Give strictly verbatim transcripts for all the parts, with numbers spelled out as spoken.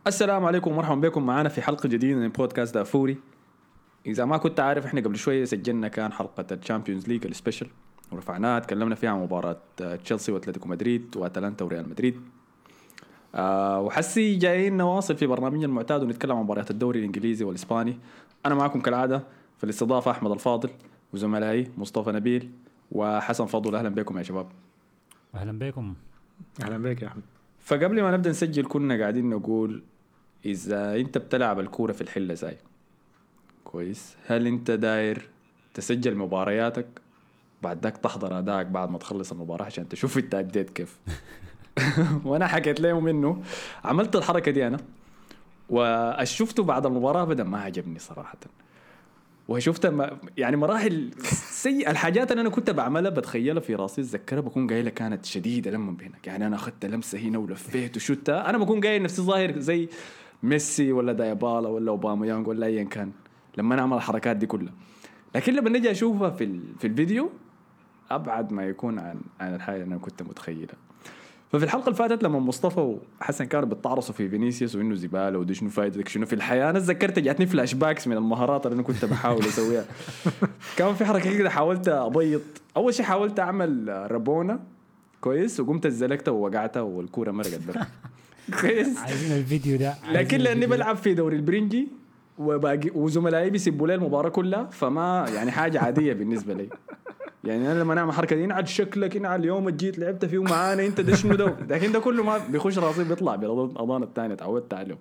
السلام عليكم ومرحبا بكم معنا في حلقة جديدة من بودكاست دافوري. إذا ما كنت عارف إحنا قبل شوية سجلنا كان حلقة الشامبيونز ليج السبيشل ورفعناها تكلمنا فيها عن مباراة تشيلسي واتلتيكو مدريد واتلانتا وريال مدريد. أه وحسي جايين نواصل في برنامجنا المعتاد ونتكلم عن مباريات الدوري الإنجليزي والإسباني. أنا معكم كالعادة في الاستضافة أحمد الفاضل وزملائي مصطفى نبيل وحسن فضل. أهلا بكم يا شباب. أهلا بكم. أهلا بك يا أحمد. فقبل ما نبدأ نسجل كنا قاعدين نقول إذا أنت بتلعب الكورة في الحلة زي كويس، هل أنت داير تسجل مبارياتك بعد ذاك تحضر أداك بعد ما تخلص المباراة عشان تشوف أنت أديت كيف؟ وأنا حكيت لهم إنه عملت الحركة دي أنا وشفته بعد المباراة بدأ ما عجبني صراحة، وشفت يعني مراحل سيئة. الحاجات اللي أنا كنت بعملها بتخيلها في راسي الذكرة بكون قايلة كانت شديدة لما بينك، يعني أنا أخذت لمسة هنا ولفيت وشوتها، أنا بكون قايل نفسي ظاهر زي ميسي ولا دايبالا ولا أوباما يانغ ولا أيا كان لما أنا أعمل الحركات دي كلها. لكن لما نجي أشوفها في في الفيديو أبعد ما يكون عن عن الحاجة اللي أنا كنت متخيلها. ففي الحلقة اللي فاتت لما مصطفى وحسن كانوا بيتعرصوا في فينيسيوس وإنه زبالة ودي شنو فايدتك شنو في الحياة، أنا تذكرت جاتني فلاش باكس من المهارات اللي أنا كنت بحاول أسويها. كان في حركة كده حاولت أبيض، أول شيء حاولت أعمل ربونة كويس وقمت اتزلكتها ووقعتها والكورة مرقت بقى كويس. عايزين الفيديو ده، لكن لأني بلعب في دوري البرنجي وباقي وزملائي بيسبوا لي المباراة كلها فما يعني حاجة عادية بالنسبة لي. يعني أنا لما نعمل حركة دي نعد شكلك إن على اليوم جيت لعبت فيه معانا أنت ده شنو ده، لكن ده كله ما بيخش راسي بيطلع بالأضان الثانية تعودت عليه.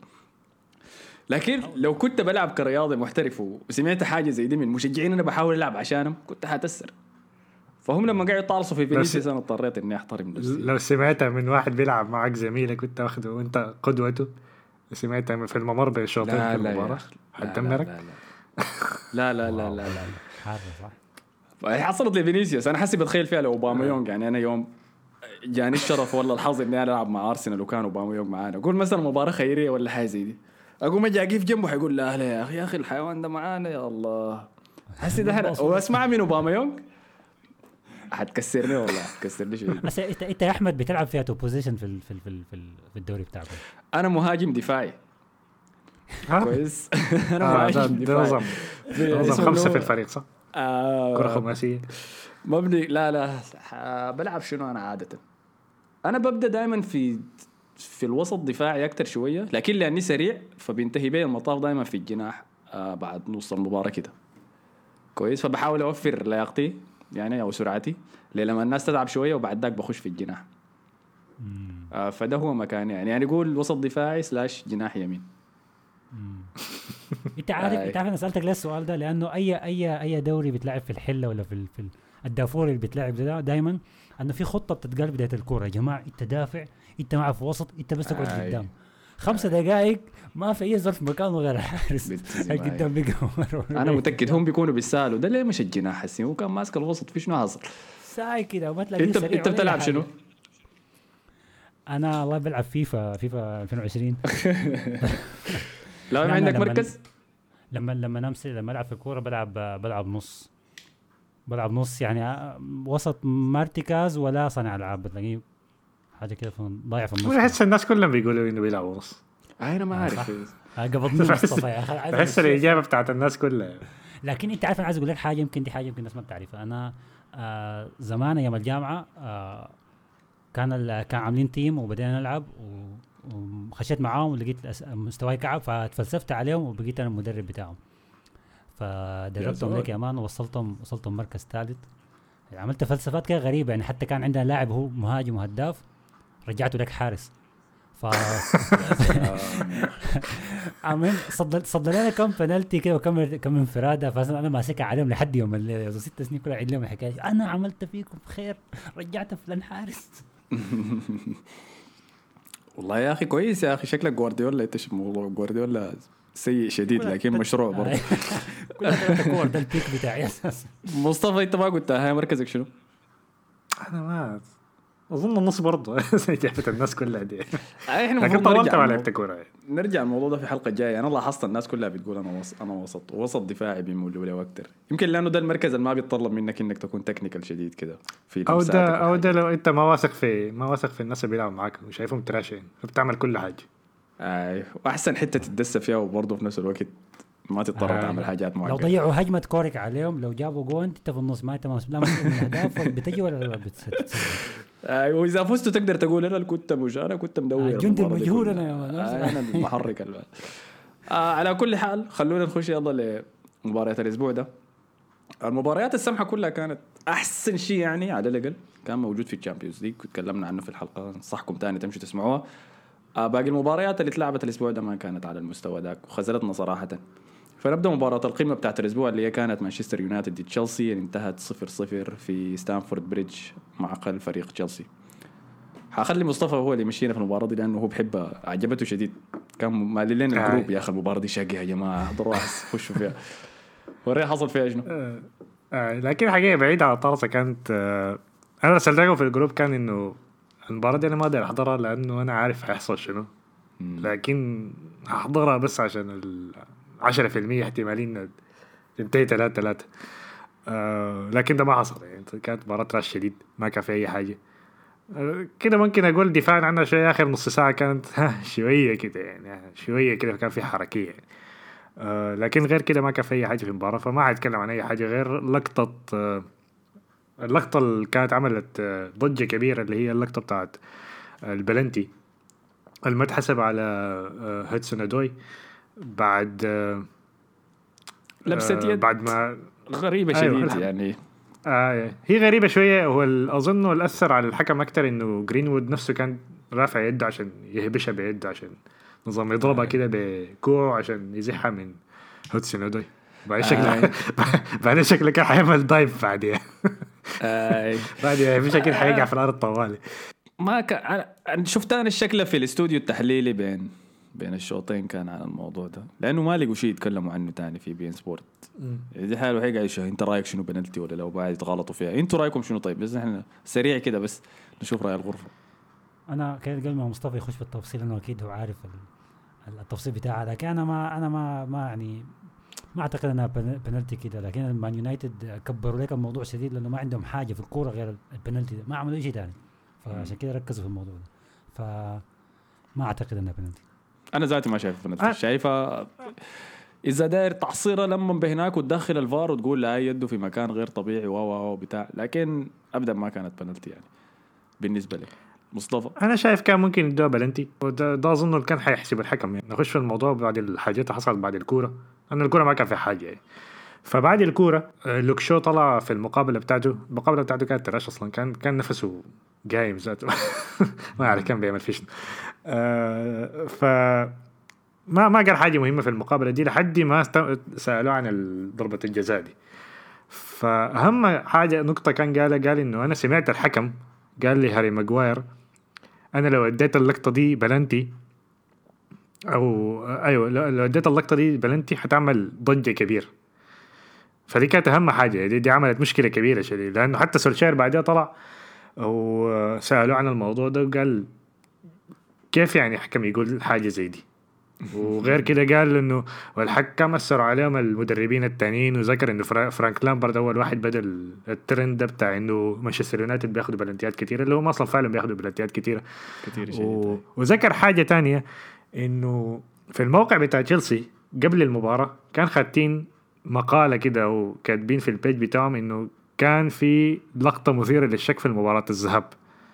لكن لو كنت بلعب كرياضي محترف وسمعت حاجة زي دي من مشجعين أنا بحاول ألعب عشانهم كنت هتأثر. فهم لما قاعد يطالصوا في فينيسيوس أنا اضطريت إني أحترم نفسي. لو سمعتها من واحد بيلعب معك زميلك كنت واخده وأنت قدوته، سمعتها في الممر بالشوطين في المباراة هتدمرك. لا لا لا لا لا حارة صح. حصلت لي فينيسيوس أنا حسي بتخيل فيها لأوباما يونغ. يعني أنا يوم جاني الشرف ولا الحظ إني ألعب مع أرسنال وكان أوباما يونغ معانا، أقول مثلا مباراة خيرية ولا حاجة زي دي، أقوم أجي أقف جنبه حيقول لا لا يا أخي يا أخي الحيوان ده معانا يا الله حسي ده وأسمع من أوباما يونغ هتكسرني والله هتكسرني شيء. بس انت انت يا احمد بتلعب فيها تو بوزيشن في في في في الدوري بتاعكم. انا مهاجم دفاعي كويس. انا آه مهاجم دفاعي نظام نظام خمسة في الفريق صح. آه كرة خماسية مبني. لا لا بلعب شنو انا عادة انا ببدأ دائما في في الوسط دفاعي اكتر شوية، لكن لاني سريع فبينتهي بي المطاف دائما في الجناح آه بعد نص المباراة كده كويس. فبحاول اوفر لياقتي يعني او سرعتي لما الناس تتعب شويه وبعد ذاك بخش في الجناح. آه فده هو مكاني يعني يعني اقول وسط دفاعي سلاش جناح يمين. انت عارف انت عارف انا سالتك ليه السؤال ده، لانه اي اي اي دوري بتلعب في الحله ولا في في الدافور اللي بتلعب ده دائما انه في خطه بتتقال بدايه الكوره، يا جماعه انت دافع انت معه في وسط انت بس تقعد آه قدام خمسة دقائق ما في اي ظرف مكانه غير الحارس قدام بيقوم. انا متاكد هم بيكونوا بيسالوا ده ليه مش الجناح حسين هو كان ماسك الوسط في شنو حصل ساي كده وما تلاقي انت انت بتلعب شنو؟ انا والله بلعب فيفا فيفا ألفين وعشرين. لا ما عندك مركز؟ لما لما امسك لما العب في الكوره بلعب بلعب نص بلعب نص يعني وسط مرتكز ولا صانع العاب، بتلاقيه حاجه كده ضايع في النص. بحس الناس كلهم بيقولوا انه بيلعبوا نص. انا ما عارف قبضني مصطفى يا اخي. بحس الاجابه بتاعت الناس كلها. لكن انت عارف انا عايز اقول لك حاجه، يمكن دي حاجه يمكن الناس ما بتعرفها. انا آه زمان ايام الجامعه آه كان كان عاملين تيم وبدينا نلعب وخشيت معاهم ولقيت مستواي كعب فتفلسفت عليهم وبقيت انا المدرب بتاعهم. فدربتهم لك يا مان ووصلتهم وصلتهم مركز ثالث. عملت فلسفات كده غريبه يعني، حتى كان عندنا لاعب هو مهاجم وهداف رجعته لك حارس. ف عمين صد صد لنا كم بنالتي كده وكم كم انفراده، فانا ماسكها عليهم لحد يوم ال ست سنين كلها عيد لهم الحكايه انا عملت فيكم خير رجعت فلان حارس. والله يا اخي كويس يا اخي، شكلك جوارديولا. انت موضوع جوارديولا سيء شديد لكن مشروع برضه. كلها كور ده البيك بتاعي اساسا. مصطفى انت ما قلت هاي مركزك شنو؟ انا ما اظن النص برضه زي جابت الناس كلها دي. احنا لكن طولت على الكوره. نرجع الموضوع ده في الحلقه الجايه. انا لاحظت الناس كلها بتقول انا وسط انا وسط وسط دفاعي بيمولوا لي اكتر، يمكن لانه ده المركز اللي ما بيتطلب منك انك تكون تكنيكال شديد كده في او ده او ده لو انت ما واثق في ما واثق في الناس اللي بيلعبوا معاك وشايفهم تراشين فبتعمل كل حاجه. آه. واحسن حته تتدسى فيها وبرضه في نفس الوقت ما تضطر آه. تعمل حاجات لو معقده. ضيعوا هجمه كورك عليهم، لو جابوا جون انت في النص ما انت لا مسؤول من الاهداف ولا بتجي ولا لا بتسجل. آه. واذا فزتوا تقدر تقول انا اللي كنت مش انا كنت مدور الجندي المباراة دي المجهول كلها. انا يا مان. آه. انا المحرك البال. آه. على كل حال خلونا نخش يلا لمباريات الاسبوع ده. المباريات السمحه كلها كانت احسن شيء يعني على الاقل كان موجود في الشامبيونز ليج، تكلمنا عنه في الحلقه، انصحكم تاني تمشوا تسمعوها. آه باقي المباريات اللي اتلعبت الاسبوع ده ما كانت على المستوى ذاك وخذلتنا صراحه. فنبدا مباراه القمه بتاعت الاسبوع اللي هي كانت مانشستر يونايتد ضد تشيلسي، اللي انتهت صفر صفر في ستانفورد بريدج مع اقل فريق تشيلسي. حخلي مصطفى هو اللي يمشينا في المباراه دي لانه هو بحبها، عجبته شديد، كان مالي لنا الجروب يا اخي المباراه دي شاقي يا جماعه احضروا خشوا فيها. وريه حصل فيها شنو؟ آه. آه. لكن حاجه بعيده على طرسه كانت آه. انا رسلت في الجروب كان انه المباراه دي انا ما اقدر احضرها لانه انا عارف هيحصل شنو، لكن هحضرها بس عشان ال عشرة في المية احتمالين تنتهي ثلاثة ثلاثة. آه. لكن ده ما حصل يعني، كانت مباراة راش شديد ما كان في اي حاجه. آه. كده ممكن اقول دفاعا عنها شويه، اخر نص ساعه كانت شويه كده يعني شويه كده كان في حركيه يعني. آه. لكن غير كده ما كان في اي حاجه في المباراه، فما هتكلم عن اي حاجه غير لقطه آه. اللقطه اللي كانت عملت آه. ضجه كبيره، اللي هي اللقطه بتاعت آه. البلنتي المتحسب على آه. هيدسون أدوي بعد آه. لبست يد بعد ما غريبه أيوة شديد يعني. آه. هي غريبة شوية. هو أظنه الأثر على الحكم أكتر إنه جرينوود نفسه كان رافع يده عشان يهبشها بيده، عشان نظام يضربها كده بكوع عشان يزحها من هودسون أودوي. بعد شكله بعد شكله كان حيعمل دايف بعدها بعدها مش أكيد حيقع في الأرض طوالي. ما كان أنا شفت أنا الشكل في الاستوديو التحليلي بين بين الشوطين كان على الموضوع ده، لأنه ما لقوا شيء يتكلموا عنه تاني في بي إن سبورت. دي حاله هيك عايشه. انت رايك شنو بنالتي ولا لو بعد يتغلطوا فيها؟ انتوا رايكم شنو؟ طيب بس احنا سريع كده بس نشوف راي الغرفه. انا كان قبل ما مصطفى يخش في التفصيل انه اكيد هو عارف التفصيل بتاعها، لكن انا ما انا ما ما يعني ما اعتقد انها بنالتي كده. لكن المان يونايتد كبروا لك الموضوع شديد لانه ما عندهم حاجه في الكوره غير البنالتي ده، ما عملوا شيء ثاني، فعشان كده ركزوا في الموضوع ده. فما اعتقد انها بنالتي. انا ذاتي ما شايف بنالتي. أه. شايفه إذا داير تعصيرة لما بهناك وتدخل الفار وتقول لا يده في مكان غير طبيعي واو واو بتاع، لكن أبدا ما كانت بنالتي يعني بالنسبة لي. مصطفى أنا شايف كان ممكن يدوها بلنتي، وده ده أظنه كان حيحسب الحكم يعني. نخش في الموضوع بعد الحاجات اللي حصلت بعد الكورة، أن الكورة ما كان في حاجة يعني. فبعد الكورة لوكشو طلع في المقابلة بتاعته، المقابلة بتاعته كانت تراش أصلا، كان كان نفسه قايم ذاته ما أعرف كان بيعمل فيش. آه ف ما ما قال حاجة مهمة في المقابلة دي لحد ما سألوه عن ضربة الجزاء دي. فأهم حاجة نقطة كان قالها، قال إنه أنا سمعت الحكم قال لي هاري ماغواير أنا لو اديت اللقطة دي بلنتي أو أيوة لو اديت اللقطة دي بلنتي حتعمل ضجة كبير. فدي كانت أهم حاجة، دي, دي عملت مشكلة كبيرة شديد، لأنه حتى سولشاير بعدها طلع وسألوه عن الموضوع ده وقال كيف يعني حكم يقول حاجة زي دي. وغير كده قال انه والحكم اثروا عليهم المدربين التانيين، وذكر انه فرانك لامبرد اول واحد بدا الترند بتاع انه مانشستر يونايتد بياخذوا بلنتيات كتيره، اللي هو اصلا فعلا بياخذوا بلنتيات كتيره كتير و... وذكر حاجه تانية انه في الموقع بتاع تشيلسي قبل المباراه كان خاتين مقاله كده وكاتبين في البيج بتاعهم انه كان في لقطه مثيره للشك في مباراه الذهاب،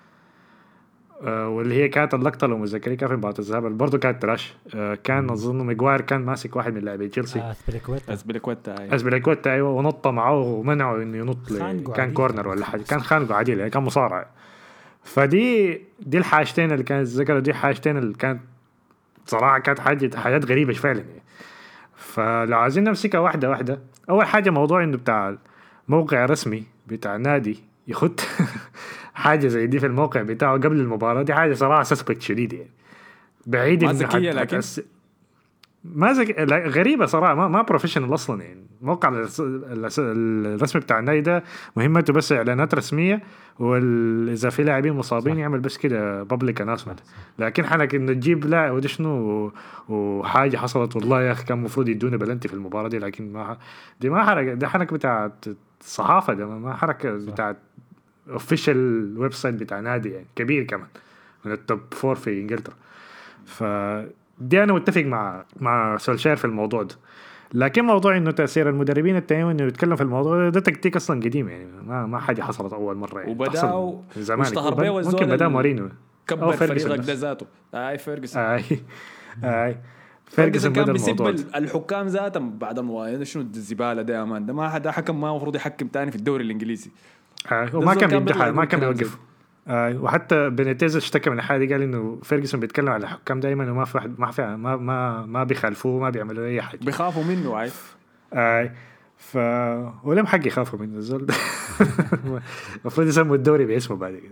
آه واللي هي كانت اللقطة لو متذكرين كان في مباراة الذهاب برضو كانت تراش. آه كان أظن ماغواير كان ماسك واحد من لاعبي تشيلسي أسبليكويتا أسبليكويتا أسبليكويتا أيوة ونط معه ومنعه إنه ينط، كان كورنر ولا حاجة، كان خانقه عديل كان مصارع. فدي دي الحاجتين اللي كانت ذكروا، دي حاجتين اللي كانت صراحة كانت حاجة حاجات غريبة فعلا يعني. فلو عايزين نمسكها واحدة واحدة، أول حاجة موضوع إنه بتاع موقع رسمي بتاع نادي يخد حاجة زي دي في الموقع بتاعه قبل المباراة، دي حاجة صراحة سسبكت شديد يعني. بعيد ما ذكية لكن أس... ما زك... غريبة صراحة، ما ما بروفيشنال أصلا يعني. موقع الرس... الرسمي بتاع النادي ده مهمته بس إعلانات رسمية، وإذا في لاعبين مصابين صح. يعمل بس كده بابليك أناونسمنت. لكن حنك إنه تجيب لاعب ودي شنو وحاجة حصلت والله يا أخي كان مفروض يدوني بلنتي في المباراة دي، لكن ما دي ما حركة، دي حنك بتاع الصحافة، ده ما حركة بتاع official ويب سايت بتاع نادي يعني كبير كمان من التوب فور في انجلترا. ف دي انا متفق مع مع سولشير في الموضوع ده. لكن موضوع انه تاثير المدربين التانيين انه يتكلم في الموضوع ده, ده تكتيك اصلا قديم يعني ما ما حاجه حصلت اول مره يعني وبداوا زمان واشتهر بيه والزول ممكن بدا مورينو كبر فريقك ده ذاته اي فيرجسون اي اي فيرجسون كان بيسب الحكام ذاتهم بعد المباراه شنو الزباله ده يا مان ده ما حدا حكم ما المفروض يحكم تاني في الدوري الانجليزي آه. وما كان بيمدحها ما كان بيوقف آه. وحتى بينيتيز اشتكى من حاجه قال انه فيرجسون بيتكلم على الحكام دائما وما في ما في ما ما ما بيخالفوه ما بيعملوا اي حاجه بيخافوا منه عارف آه. ف ولم حق يخافوا منه الزول ده المفروض يسموا الدوري باسمه بعد كده.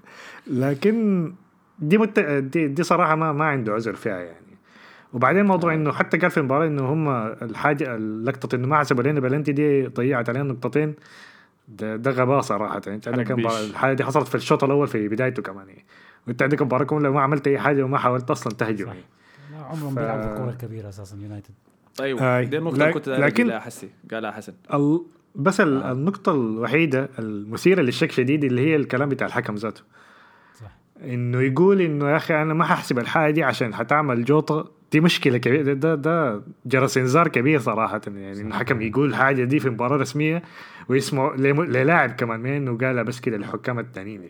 لكن دي, مت... دي دي صراحه ما ما عنده عذر فيها يعني. وبعدين موضوع انه حتى قال في المباراه انه هم الحاجه اللقطه انه ما حسبوا لنا بلنتي دي ضيعت علينا نقطتين ده, ده غباء صراحه. انت عندك الحاجه دي حصلت في الشوط الاول في بدايته كمان يعني. وانت عندك مباراه كامله ما عملت اي حاجه وما حاولت اصلا تهجم يعني. ما عمرهم ف... بيلعبوا الكره الكبيره اساسا يونايتد. ايوه دي النقطه اللي كنت لكن حسي قالها حسن ال... بس ال... آه. النقطه الوحيده المثيره للشك شديد اللي هي الكلام بتاع الحكم ذاته صح. انه يقول انه يا اخي انا ما ححسب الحاجه دي عشان حتعمل جوطه دي مشكله كبيره. ده ده جرس انذار كبير صراحه يعني. ان الحكم يقول حاجه دي في مباراه رسميه ويسمع للاعب كمان ما انه قالها بس كده للحكام التانيين.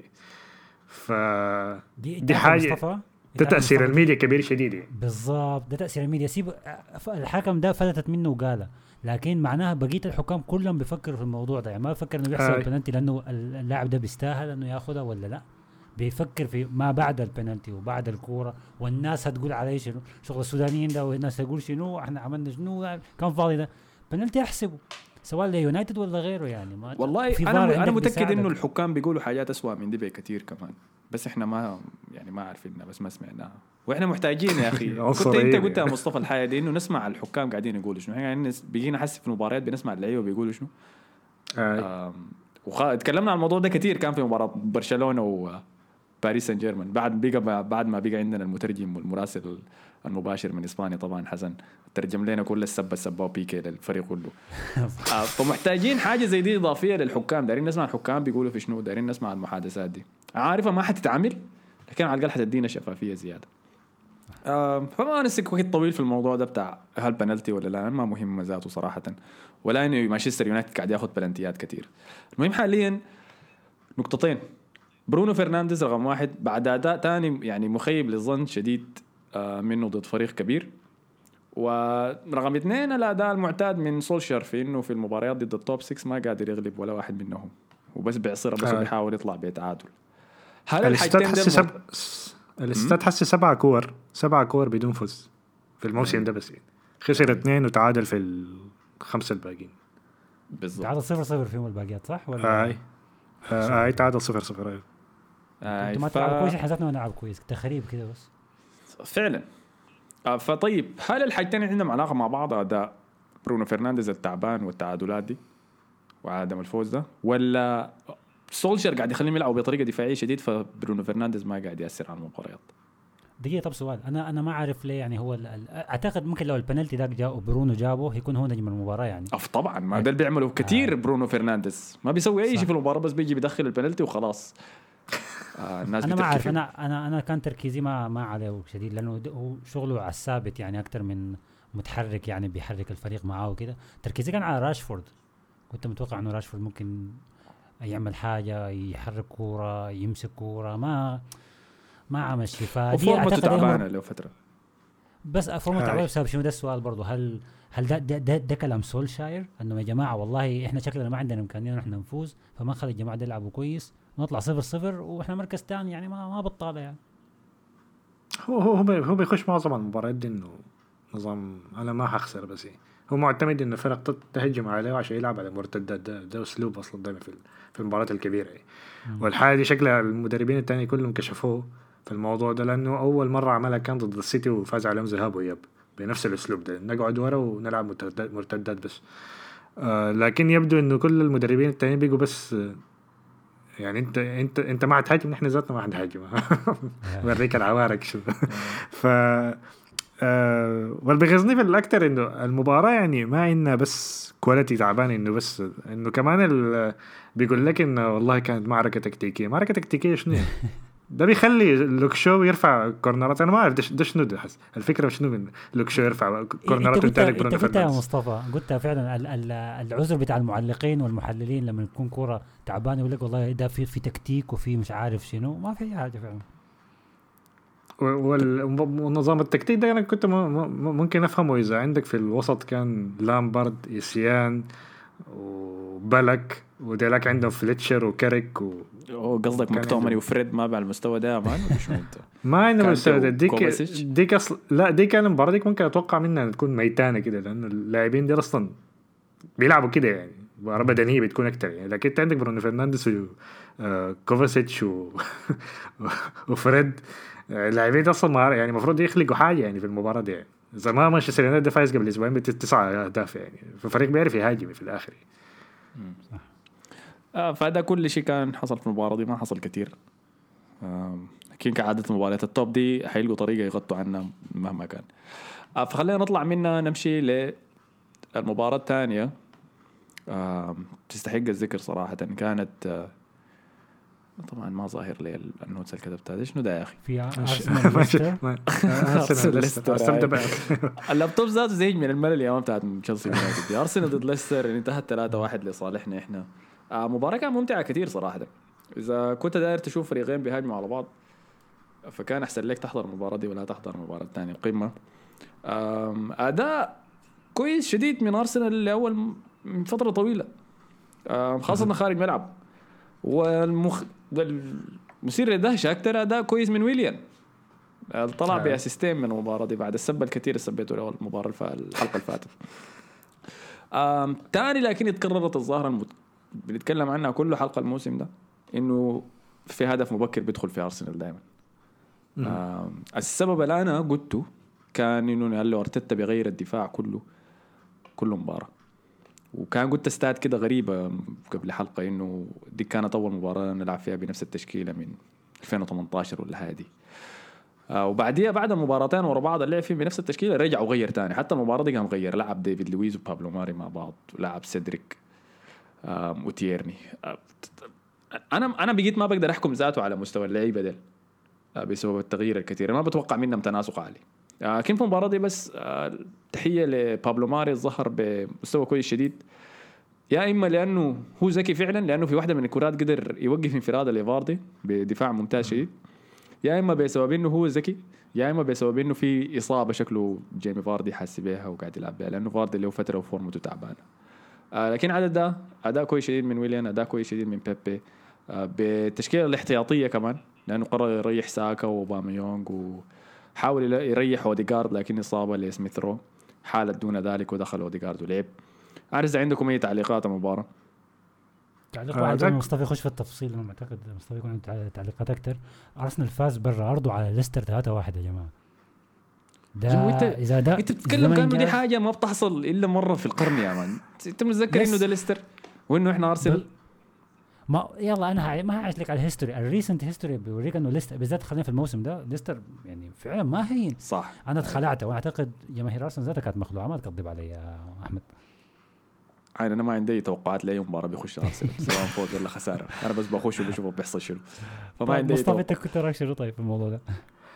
ف دي, دي حاجه ده تاثير الميديا كبير شديد يعني. بالضبط ده تاثير الميديا. سيب الحكم ده فلتت منه وقالها لكن معناها بقيه الحكام كلهم بيفكروا في الموضوع ده يعني ما بيفكر انه يحسب البنالتي لانه اللاعب ده بيستاهل انه ياخذها ولا لا. بيفكر في ما بعد البنالتي وبعد الكوره والناس هتقول عليه شنو شغل السودانيين ده والناس تقول شنو احنا عملنا شنو كان فاضي ده بنالتي احسبه سواء ليونايتد ولا غيره يعني. ما والله انا انا متاكد انه الحكام بيقولوا حاجات اسوأ من دي بكثير كمان بس احنا ما يعني ما عارفينها بس ما سمعناها واحنا محتاجين يا اخي. كنت انت قلت يا مصطفى الحاجه دي انه نسمع الحكام قاعدين يقولوا شنو يعني بيجينا حس في المباريات بنسمع اللعيبه بيقولوا شنو. آه. وتكلمنا عن الموضوع ده كثير كان في مباراه برشلونه و باريس سان جيرمان بعد بيجا بعد ما بيجا عندنا المترجم والمراسل المباشر من اسبانيا طبعا حسن ترجم لنا كل السبه السبه بيكي للفريق كله. آه فمحتاجين حاجه زي دي اضافيه للحكام. دايرين نسمع الحكام بيقولوا في شنو دايرين نسمع المحادثات دي عارفه ما حتتعمل لكن على الاقل حتدينا شفافيه زياده. آه فما نسك وقت طويل في الموضوع ده بتاع هل بنالتي ولا لا ما مهم ذاته صراحه ولا انه مانشستر يونايتد قاعد ياخذ بلنتيات كتير. المهم حاليا نقطتين برونو فرنانديز رقم واحد بعد أداء تاني يعني مخيب للظن شديد منه ضد فريق كبير. ورقم اثنين الأداء المعتاد من سولشر في إنه في المباريات ضد التوب ستة ما قادر يغلب ولا واحد منهم وبس بيعصر بس آه. بيحاول يطلع بتعادل. هل الحاجتين دول سب... الاستاد حسي سبعة كور سبعة كور بدون فوز في الموسم ده بس خسر اثنين وتعادل في الخمسة الباقيين. بالضبط تعادل صفر صفر فيهم الباقيات صح ولا آه. آه. آه. تعادل صفر صفر أيوه. آه انتوا ما تلعبوا كويس حسيتنا نلعب كويس تخريب كده بس فعلا. آه فطيب هل الحاجتين عندهم علاقه مع بعض اداء برونو فرنانديز التعبان والتعادلات دي وعدم الفوز ده ولا سولشر قاعد يخليهم يلعبوا بطريقه دفاعيه شديد فبرونو فرنانديز ما قاعد ياثر على المباريات؟ دقيقه طب سؤال انا انا ما عارف ليه يعني هو اعتقد ممكن لو البنالتي ده جاء وبرونو جابه هيكون هو نجم المباراه يعني. أف طبعا ما ده اللي بيعمله كتير. آه. برونو فرنانديز ما بيسوي اي شيء في المباراه بس بيجي بيدخل البنالتي وخلاص. آه الناس انا ما عارف انا انا انا كان تركيزي ما ما عليه شديد لانه هو شغله على الثابت يعني اكثر من متحرك يعني بيحرك الفريق معاه وكده. تركيزي كان على راشفورد. كنت متوقع انه راشفورد ممكن يعمل حاجه يحرك كوره يمسك كوره ما ما عمل شيء. فدي اعتقد تعبانه له فتره بس فورمه تعبانه بسبب شنو. ده السؤال برضه هل هل ده ده, ده, ده كلام سولشاير انه يا جماعه والله احنا شكلنا ما عندنا امكانيه نحن نفوز فما خلي الجماعه دي يلعبوا كويس نطلع صفر صفر واحنا مركز ثاني يعني ما ما بطاله يعني. هو هو هو بيخش معظم المباريات دي انه نظام انا ما هخسر بس هو معتمد انه فرق تهجم عليه عشان يلعب على مرتدات. ده ده اسلوب اصلا دائما في في المباريات الكبيره يعني. والحاجه دي شكلها المدربين الثاني كلهم كشفوه في الموضوع ده لانه اول مره عملها كان ضد السيتي وفاز عليهم ذهاب واياب بنفس الاسلوب ده نقعد ورا ونلعب مرتدات مرتدات بس. آه لكن يبدو انه كل المدربين الثانيين بيجوا بس آه يعني انت انت انت ما هتهاجم نحن ذاتنا ما هنهاجم وريك العوارك شو. ف آه والبيغزني في الاكثر انه المباراه يعني ما إنها بس كواليتي تعبان انه بس انه كمان بيقول لك انه والله كانت معركه تكتيكيه. معركه تكتيكيه شنو ده بيخلي لوك شو يرفع كورنرات. انا ما اعرف ده شنو ده حس الفكره شنو من لوك شو يرفع كورنرات انت قدام برونو قلت يا فرنانديز. مصطفى قلت فعلا ال- ال- العذر بتاع المعلقين والمحللين لما يكون كوره تعبان يقول لك والله ده في في تكتيك وفي مش عارف شنو، ما في اي حاجه فعلا. وال- والنظام التكتيك ده انا كنت م- م- ممكن افهمه اذا عندك في الوسط كان لامبارد إيسيان وبلك وديلاك عندهم فليتشر وكاريك و... أوه، قصدك كان مكتومري عنده- وفريد ما بعد المستوى ده يا مان ولا شو انت؟ ما عندهم كانتي مستوى ده. ديك وكوفاسيتش. ديك اصلا لا دي كان المباراه ديك ممكن اتوقع منها أن تكون ميتانه كده لانه اللاعبين دي اصلا بيلعبوا كده يعني مباراه بدنيه بتكون اكتر يعني. لكن انت عندك برونو فرنانديز وكوفاسيتش و... وفريد اللاعبين دي اصلا مهارة يعني المفروض يخلقوا حاجه يعني في المباراه دي يعني. زي ما مانشستر يونايتد ده فايز قبل اسبوعين بتسعة اهداف يعني، ففريق بيعرف يهاجم في الاخر. آه فهذا كل شيء كان حصل في المباراة دي، ما حصل كتير. آه لكن كعادة المباريات التوب دي حيلقوا طريقة يغطوا عنها مهما كان. آه فخلينا نطلع منها نمشي للمباراة الثانية. آه تستحق الذكر صراحة. كانت آه طبعا ما ظاهر لي النوتس اللي كتبتها. شنو ده يا اخي؟ في ارسنال ليستر. ارسنال ليستر ارسنال اللابتوب ذاته زي من الملل يا مان بتاعت تشيلسي يونايتد. ارسنال ضد ليستر انتهت ثلاثة واحد لصالحنا احنا. آه مباراة كانت ممتعة كتير صراحة. إذا كنت داير تشوف فريقين بيهاجموا على بعض فكان أحسن لك تحضر المباراة دي ولا تحضر المباراة الثانية القمة. أداء كويس شديد من أرسنال لأول من فترة طويلة، خاصة خارج ملعب. والمخ المثير للدهشة أكتر أداء كويس من ويليان، طلع بأسيستين من المباراة دي بعد السبة الكثير اللي سبيته له المباراة الحلقة اللي فاتت. تاني لكن اتكررت الظاهرة المت... بنتكلم عنها كل حلقة الموسم ده، إنه في هدف مبكر بيدخل في أرسنال دائما. السبب اللي أنا قلته كان إنه قال له أرتيتا بيغير الدفاع كله كل مباراة. وكان قلت استاد كده غريبة قبل حلقة إنه دي كانت أول مباراة نلعب فيها بنفس التشكيلة من ألفين وثمانية عشر ولا هذه. آه وبعديها بعد المباراتين ورا بعض اللعب فيه بنفس التشكيلة رجع وغير تاني. حتى المباراة دي كان غير، لعب ديفيد لويز وبابلو ماري مع بعض ولعب سيدريك آه وتيرني. آه أنا أنا بقيت ما بقدر أحكم ذاته على مستوى اللعيبة ده آه بسبب التغيير الكثير. ما بتوقع منهم تناسق عالي. آه كيف المباراة دي بس آه تحية لبابلو ماري ظهر بمستوى كويس شديد، يا إما لأنه هو ذكي فعلا لأنه في واحدة من الكرات قدر يوقف انفراد ليفاردي بدفاع ممتاز شديد، يا إما بسبب إنه هو ذكي، يا إما بسبب إنه في إصابة شكله جيمي فاردي حس بيها وقاعد يلعب بها لأنه فاردي له فترة وفورمته تعبانة. آه لكن عدد ده أداء كويس شديد من ويليان، أداء كويس شديد من بيبي آه بالتشكيلة الاحتياطية كمان لأنه قرر يريح ساكا وباميونغ وحاول يريح اوديغارد لكن إصابة لسميث رو حالت دون ذلك ودخل اوديغارد ولعب. عارف إذا عندكم أي تعليقات المباراة؟ تعليق واحد آه مصطفى يخش في التفصيل. أنا معتقد مصطفى يكون عنده تعليقات أكتر. أرسنال فاز برا أرضه على ليستر ثلاثة واحد يا جماعة. ده إذا ده أنت تتكلم كأنه دي حاجة ما بتحصل إلا مرة في القرن يا مان. أنت متذكر إنه ده ليستر وإنه إحنا أرسنال؟ ما يلا أنا هاي ما هعيش لك على الهيستوري. الريسنت هيستوري بيوريك إنه ليستر بالذات خلينا في الموسم ده ليستر يعني فعلا ما هين. صح. أنا اتخلعت وأعتقد جماهير أرسنال ذاتها كانت مخلوعة. ما تكذب علي يا أحمد. عين أنا ما عندي توقعات لأي مباراة بيخش أرسنال سواء فوز ولا خسارة. أنا بس بخش وبشوف بيحصل شنو. فما عندي. مصطفى أنت كنت رايك شنو طيب في الموضوع ده؟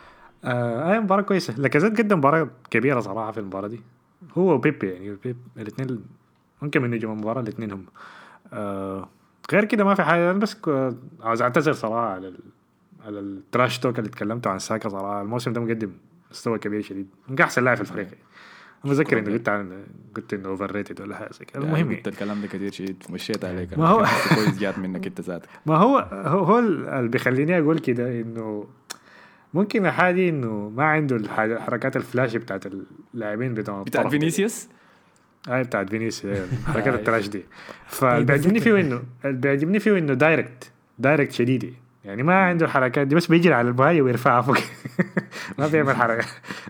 آه أي مباراة كويسة. لاكازيت قدم مباراة كبيرة صراحة في المباراة دي. هو وبيبي يعني بيب الاثنين ممكن من نجوم المباراة الاثنين هم. آه غير كده ما في حاجة. أنا بس عاوز أعتذر صراحة على ال... على التراش توك اللي تكلمته عن ساكا. صراحة الموسم ده مقدم مستوى كبير شديد، ممكن أحسن لاعب في الفريق. متذكر إنه قلت عن قلت إنه أوفر ريتد ولا حاجة زي كده. المهم قلت الكلام ده كتير شديد ومشيت عليك. ما هو كويس جات منك أنت ذاتك. ما هو هو هو اللي بيخليني أقول كده إنه ممكن الحاجة إنه ما عنده الحركات الفلاش بتاعت اللاعبين بتاع بتاع فينيسيوس. هاي بتاعت فينيسيوس حركات التراش دي. فبيعجبني فيه إنه بيعجبني فيه إنه دايركت دايركت شديد يعني ما عنده الحركات دي، بس بيجري على المهاجم ويرفعها فوق. ما بيعمل حركة.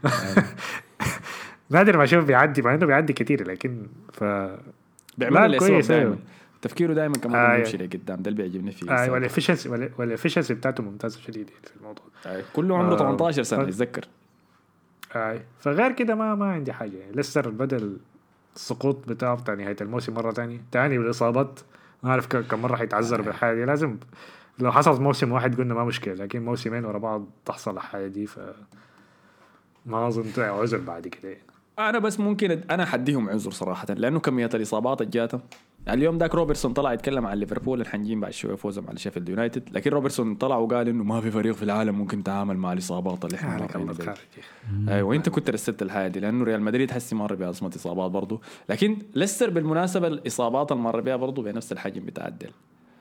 نادر ما أشوف بيعدي مع إنه بيعدي كتير لكن ف بيعمل كويس دائما. تفكيره دائما كمان آه يمشي لقدام. ده اللي بيعجبني فيه. آه والإفشنسي والإفشنسي بتاعته ممتازة شديد في الموضوع. آه كله عمره ثمانية عشر سنة يتذكر. آه فغير كده ما ما عندي حاجة يعني. لسه بدل السقوط بتاعه بتاع نهاية الموسم مرة تانية تاني بالإصابات ما أعرف كم مرة حيتعذر بالحاجة. لازم لو حصلت موسم واحد قلنا ما مشكله، لكن موسمين ورا بعض تحصل الحاجه دي ف ما اظن طلع عذر بعد كده. انا بس ممكن انا حديهم عذر صراحه، لانه كميه الاصابات الجاته يعني اليوم داك روبرتسون طلع يتكلم عن ليفربول الحنجين بعد شويه فوزهم على شيفيلد يونايتد، لكن روبرتسون طلع وقال انه ما في فريق في العالم ممكن يتعامل مع الاصابات اللي احنا مرينا بيها. ايوه وانت كنت رسلت الحاجه دي، لانه ريال مدريد حسي مر بازمه اصابات برضه، لكن ليستر بالمناسبه الاصابات اللي مر بها برضه بنفس الحجم بتعدل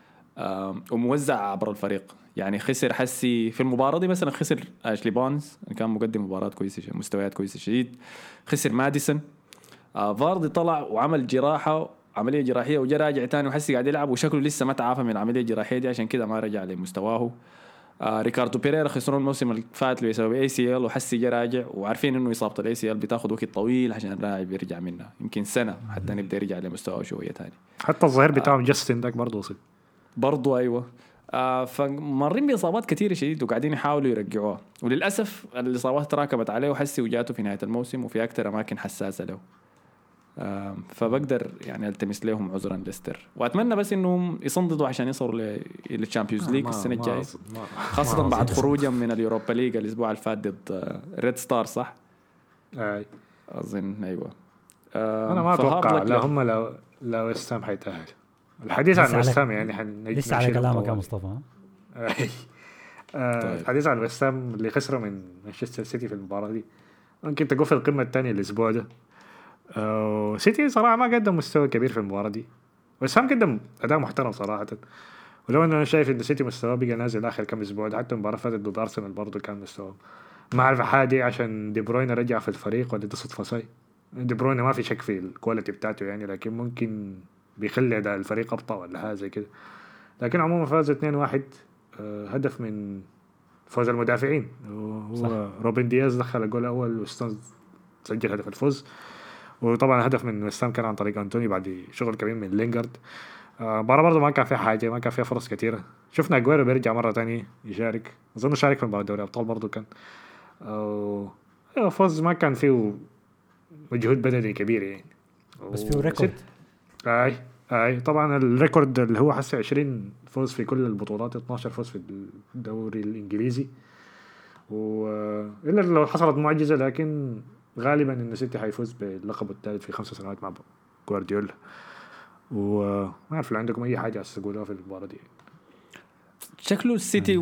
وموزع عبر الفريق. يعني خسر حسي في المباراة دي مثلا، خسر أشلي بونز كان مقدم مباراة كويسة مستويات كويسة شديد، خسر ماديسون، آه فاردي طلع وعمل جراحة عملية جراحية وجا راجع تاني وحسي قاعد يلعب وشكله لسه ما تعافى من العملية الجراحية دي، عشان كده ما رجع لمستواه. آه ريكاردو بيريرا خسرون الموسم اللي فات بسبب اي سي ال وحسي جا راجع، وعارفين انه اصابة الاي سي ال بتاخذ وقت طويل عشان اللاعب يرجع منها، يمكن سنة حتى نبدا يرجع لمستواه شوية تاني. حتى الظهير بتاعهم آه جاستن داك برضه وصل برضو أيوة. آه فمرين بإصابات كثيرة شديد وقاعدين يحاولوا يرجعوها، وللأسف الإصابات تراكمت عليه وحسي وجاته في نهاية الموسم وفي أكثر أماكن حساسة له. آه فبقدر يعني التمس لهم عذرا ليستر، وأتمنى بس إنهم يصنددوا عشان يصلوا للتشامبيونز ليج السنة الجاية، خاصة ما بعد خروجهم من اليوروبا ليج الأسبوع الفات ضد ريد ستار صح؟ أي أظن أيوة. آه أنا ما أتوقع لا هم لو لو استام حيتأهل. الحديث عن وستام يعني حن لسه على كلامك يا مصطفى. آه الحديث عن وستام اللي خسروا من مانشستر سيتي في المباراة دي، ممكن تقول في القمة الثانية الأسبوع ده. آه سيتي صراحة ما قدم مستوى كبير في المباراة دي، وستام قدم أداء محترم صراحة. ولو أنا شايف إن سيتي مستوى بقى نازل آخر كم أسبوع ده، حتى المباراة فاتت ضد أرسنال برضو كان مستوى ما أعرف حاجة عشان دي بروين رجع في الفريق ولا ده صدفة صاي. دي بروين ما في شك في الكواليتي بتاعته يعني، لكن ممكن بيخلي أداء الفريق أبطأ ولا حاجة زي كده. لكن عموما فاز اثنين واحد، هدف من فوز المدافعين هو روبن دياز دخل الجول الأول وستونز سجل هدف الفوز، وطبعا هدف من وستام كان عن طريق أنتوني بعد شغل كبير من لينغارد. مباراة برضه ما كان فيها حاجة، ما كان فيها فرص كثيرة. شفنا أجويرو بيرجع مرة تانية يشارك، أظن شارك في مباراة دوري أبطال برضه كان أو فوز ما كان فيه مجهود بدني كبير يعني، بس فيه ريكورد. اي اي طبعا الريكورد اللي هو حسي عشرين فوز في كل البطولات، اثناشر فوز في الدوري الانجليزي، والا لو حصلت معجزه، لكن غالبا ان سيتي حيفوز باللقب الثالث في خمس سنوات مع جوارديولا. وما اعرف لو عندكم اي حاجه تقولوها في المباراه دي. شكله السيتي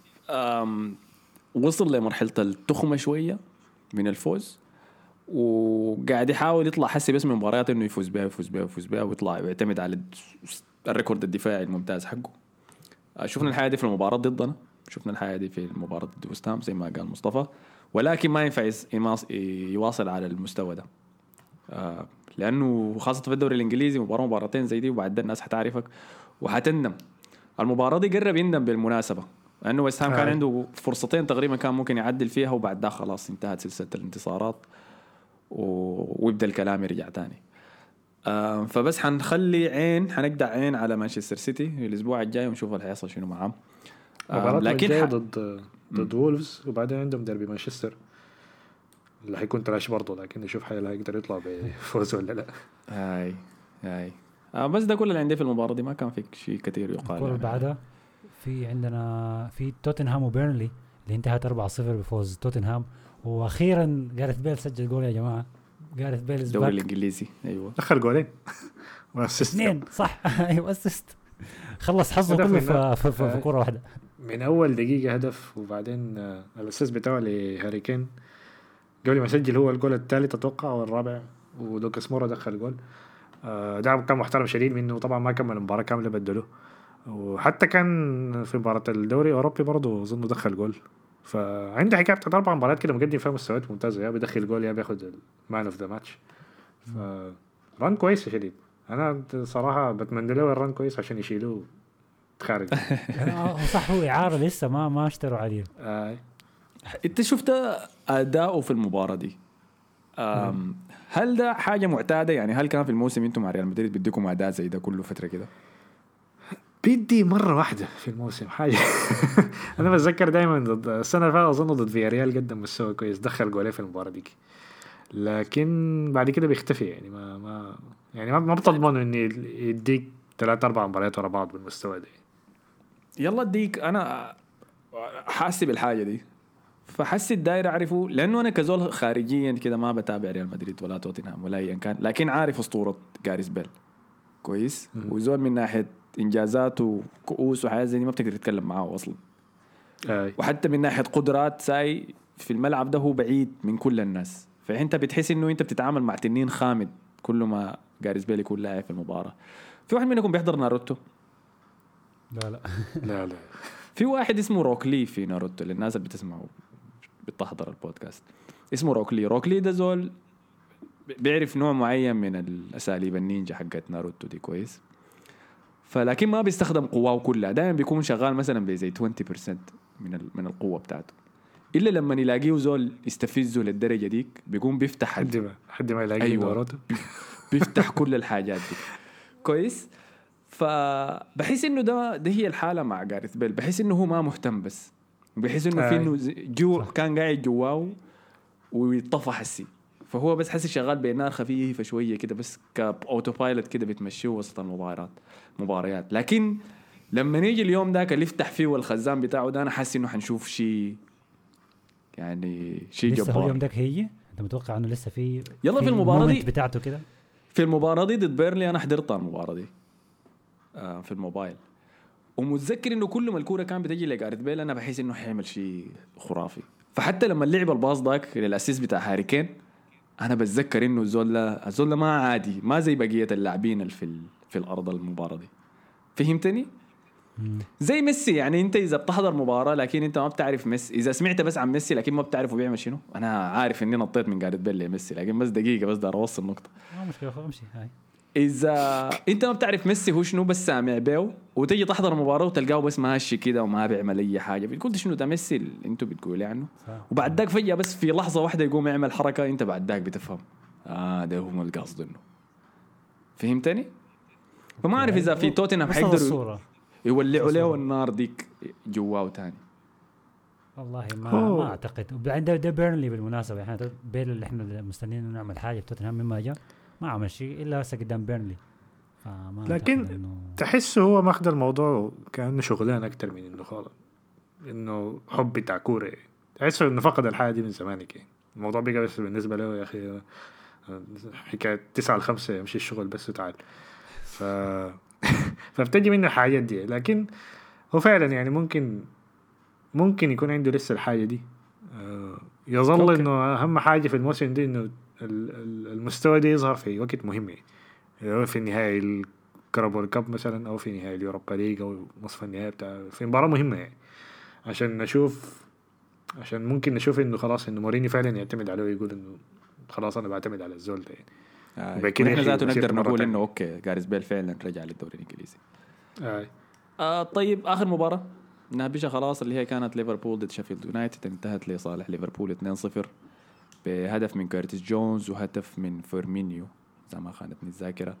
وصل لمرحله التخمه شويه من الفوز، وقاعد يحاول يطلع حسي باسم المباريات انه يفوز بها يفوز بها يفوز بها ويطلع ويعتمد على الريكورد الدفاعي الممتاز حقه. شفنا الحياة دي في المباراة ضدنا، شفنا الحياة دي في المباراة ضد وست هام زي ما قال مصطفى، ولكن ما ينفع يواصل على المستوى ده، لأنه خاصة في الدوري الإنجليزي مباراة مباراتين زي دي وبعد الناس حتعرفك وحتندم. المباراة دي قرب يندم بالمناسبة، لأنه وست هام كان عنده فرصتين تقريبا كان ممكن يعدل فيها، وبعد ده خلاص انتهت سلسلة الانتصارات ويبدأ الكلام يرجع تاني. آه فبس حنخلي عين حنقدع عين على مانشستر سيتي الأسبوع الجاي ونشوف اللي حيصل شنو معهم. آه لكن ح... ضد ضد وولفز، وبعدين عندهم ديربي مانشستر اللي حيكون تراش برضه، لكن نشوف حيلا هيقدر يطلع بفوز ولا لا. هاي هاي آه بس ده كل اللي عندي في المباراة دي، ما كان في شيء كتير يقال. يعني بعدها في عندنا في توتنهام وبيرنلي اللي انتهت أربعة صفر بفوز توتنهام، واخيرا جاريث بيل سجل جول يا جماعه. جاريث بيل الدوري الانجليزي ايوه دخل جولين واسيست اثنين صح. ايوه اسيست، خلص حظه كله في في, في, في كره واحده من اول دقيقه هدف، وبعدين الاسيست بتاعه لهاري كين قبل ما يسجل هو الجول الثالث اتوقع او الرابع، ولوكاس مورا دخل جول. ده كان محترم شديد منه، طبعا ما كمل المباراه كامله بدله، وحتى كان في مباراه الدوري الاوروبي برضه اظن دخل جول. فعندي حكايه بتاع اربع مباريات كده مقدم فيها مستويات ممتازه، يا بيدخل جول يا بياخد المان اوف ذا ماتش. فران كويس شديد، انا صراحه بتمنى له الران كويس عشان يشيلوه خارج. صح هو اعاره لسه ما ما اشتروا عليه. آه. انت شفت اداؤه في المباراه دي، هل ده حاجه معتاده يعني؟ هل كان في الموسم انتم مع ريال مدريد بديكم اداء زي ده كله فتره كده؟ بدي مرة واحدة في الموسم حاجة. أنا بتذكر دايما ضد السنة اللي فاتت أظن ضد فياريال قدم مستوى كويس، دخل جولين في المباراة دي، لكن بعد كده بيختفي يعني ما ما يعني ما ما بتضمن إني يديك ثلاث أربع مباريات ورا بعض بالمستوى ده. يلا اديك انا حاسب الحاجه دي، فحسيت داير اعرفه لانه انا كزول خارجيا كده ما بتابع ريال مدريد ولا توتنهام ولا ايا كان، لكن عارف اسطوره جاريث بيل كويس، وزول من ناحيه انجازات وكؤوس وحاجات زي دي ما بتقدر تتكلم معاه اصلا. آه. وحتى من ناحيه قدرات ساي في الملعب ده هو بعيد من كل الناس، فانت بتحس انه انت بتتعامل مع تنين خامد كل ما جاريث بيل يكون لاعب في المباراه. في واحد منكم بيحضر ناروتو؟ لا لا لا لا في واحد اسمه روكلي في ناروتو، للناس اللي بتسمعوا بتحضر البودكاست اسمه روكلي. روكلي ده زول بيعرف نوع معين من الاساليب النينجا حقت ناروتو دي كويس، فلكن ما بيستخدم قواه كلها، دائما بيكون شغال مثلا بزي عشرين بالمية من من القوه بتاعته، الا لما يلاقيه زول يستفزه للدرجه ديك بيقوم بيفتح حد ما حد ما يلاقي أيوة. ناروتو بيفتح كل الحاجات دي كويس. فبحس انه ده ده هي الحاله مع جاريث بيل، بحس انه هو ما مهتم، بس بحس انه في انه جو كان قاعد جواه ويطفح السي، فهو بس حس شغال بنار خفيفه شويه كده بس كاوتو بايلوت كده بتمشيه وسط المباريات مباريات. لكن لما نيجي اليوم ذاك اللي يفتح فيه والخزان بتاعه ده، انا حاسس انه حنشوف شيء يعني شيء لسه هو جبار. اليوم داك هيجي؟ انت متوقع انه لسه في يلا في المباراه دي بتاعته كده؟ في المباراه دي ضد بيرلي انا حضرت المباراه دي آه في الموبايل، ومتذكر انه كل ما الكوره كان بتجي لجاريث بيل انا بحس انه حيعمل شيء خرافي. فحتى لما اللعب الباص ذاك للاسيس بتاع هاري كين، انا بتذكر انه الزول الزول ما عادي، ما زي بقيه اللاعبين اللي في في الارض المباراه دي. فهمتني؟ زي ميسي، يعني انت اذا بتحضر مباراه لكن انت ما بتعرف ميسي، اذا سمعت بس عن ميسي لكن ما بتعرفه بيعمل شنو. انا عارف اني نطيت من جاريث بيل لميسي، لكن بس دقيقه بس دار اوصل نقطه. ما مشكله امشي هاي. اذا انت ما بتعرف ميسي هو شنو بس سامع بيه، وتيجي تحضر مباراه وتلقاه بس ماشي كده وما بيعمل اي حاجه، بتقول شنو ده ميسي اللي انتوا بتقولوا عنه؟ وبعد ذاك فجاه بس في لحظه واحده يقوم يعمل حركه انت بعد ذاك بتفهم اه ده هو القصد انه. فهمتني؟ فما اعرف اذا في توتنهام حيقدروا يولعوا له النار ديك جواه تاني. والله ما ما اعتقد. وبعد ده بيرنلي بالمناسبه، احنا بيل اللي احنا مستنيين نعمل حاجه في توتنهام مما جاء ما عمل شيء الا هسه قدام بيرنلي. لكن إنه... تحسه هو ماخذ الموضوع كأنه شغلان اكثر من انه خالص انه حب بتاع كوره. تحسه انه فقد الحاجه دي من زمان كده. الموضوع بقى بس بالنسبه له يا اخي حكايه تسعة لخمسة يمشي الشغل بس وتعال. ف فبتجي منه الحاجات دي. لكن هو فعلا يعني ممكن ممكن يكون عنده لسه الحاجة دي. يظل أوكي. إنه أهم حاجة في الموسم دي إنه المستوى دي يظهر في وقت مهم، يعني في النهاية الكاراباو كاب مثلا أو في نهاية اليوروبا ليج أو نصف النهاية بتاع في مباراة مهمة، يعني عشان نشوف عشان ممكن نشوف إنه خلاص إنه مورينيو فعلا يعتمد عليه ويقول إنه خلاص أنا بعتمد على الزول ده يعني. آه. نحن ذاته نقدر نقول إنه أوكي جاريث بيل فعلا رجع للدوري الإنجليزي. آه. آه طيب آخر مباراة نابشة خلاص اللي هي كانت ليفربول ضد شيفيلد يونايتد، انتهت لصالح ليفربول اثنين صفر بهدف من كيرتيس جونز وهدف من فيرمينيو زي ما خانتني الذاكرة.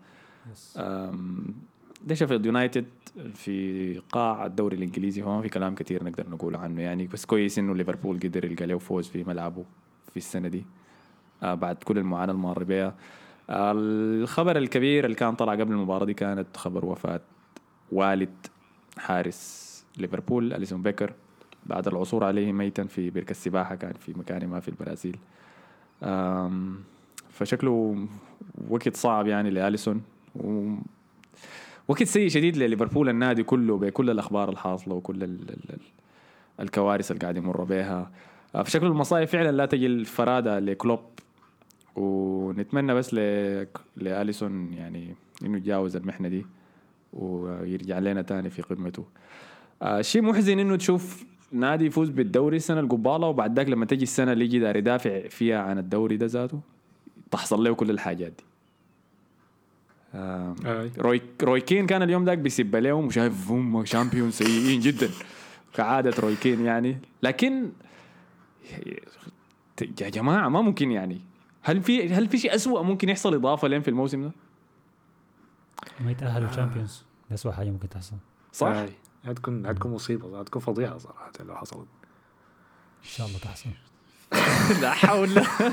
ده شيفيلد يونايتد في قاع الدوري الإنجليزي، هو ما في كلام كتير نقدر نقول عنه يعني، بس كويس إنه ليفربول قدر يلقى له فوز في ملعبه في السنة دي آه بعد كل المعاناة المار بها. آه الخبر الكبير اللي كان طلع قبل المباراة دي كانت خبر وفاة والد حارس ليفربول أليسون بيكر بعد العثور عليه ميتا في بركة السباحة، كان في مكان ما في البرازيل. فشكله وقت صعب يعني لأليسون، وقت سيء شديد لليفربول النادي كله بكل الأخبار الحاصلة وكل ال ال الكوارث اللي قاعد يمر بها. فشكله المصايب فعلا لا تجي الفرادة لكلوب، ونتمنى بس لأليسون يعني إنه يتجاوز المحنة دي ويرجع لنا تاني في قمته. آه شيء محزن انه تشوف نادي يفوز بالدوري السنه القباله وبعد ذاك لما تجي السنه اللي يجي دار يدافع فيها عن الدوري ده ذاته تحصل له كل الحاجات دي. آه روي روي كين كان اليوم ذاك بيسب لهم وشايف هم شامبيون سيئين جدا كعاده روي كين يعني. لكن يا جماعه ما ممكن يعني، هل في هل في شيء أسوأ ممكن يحصل اضافه لين في الموسم ده؟ ما يتاهلوا الشامبيونز آه. أسوأ حاجه ممكن تحصل صح. هتكون هتكون مصيبة، هتكون فضيحة صراحة لو حصلت. إن شاء الله تحصل. لا حول.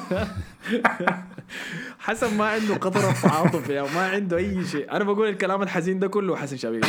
حسن ما عنده قطرة عاطفة يعني، ما عنده أي شيء. أنا بقول الكلام الحزين ده كله حسن شبيه.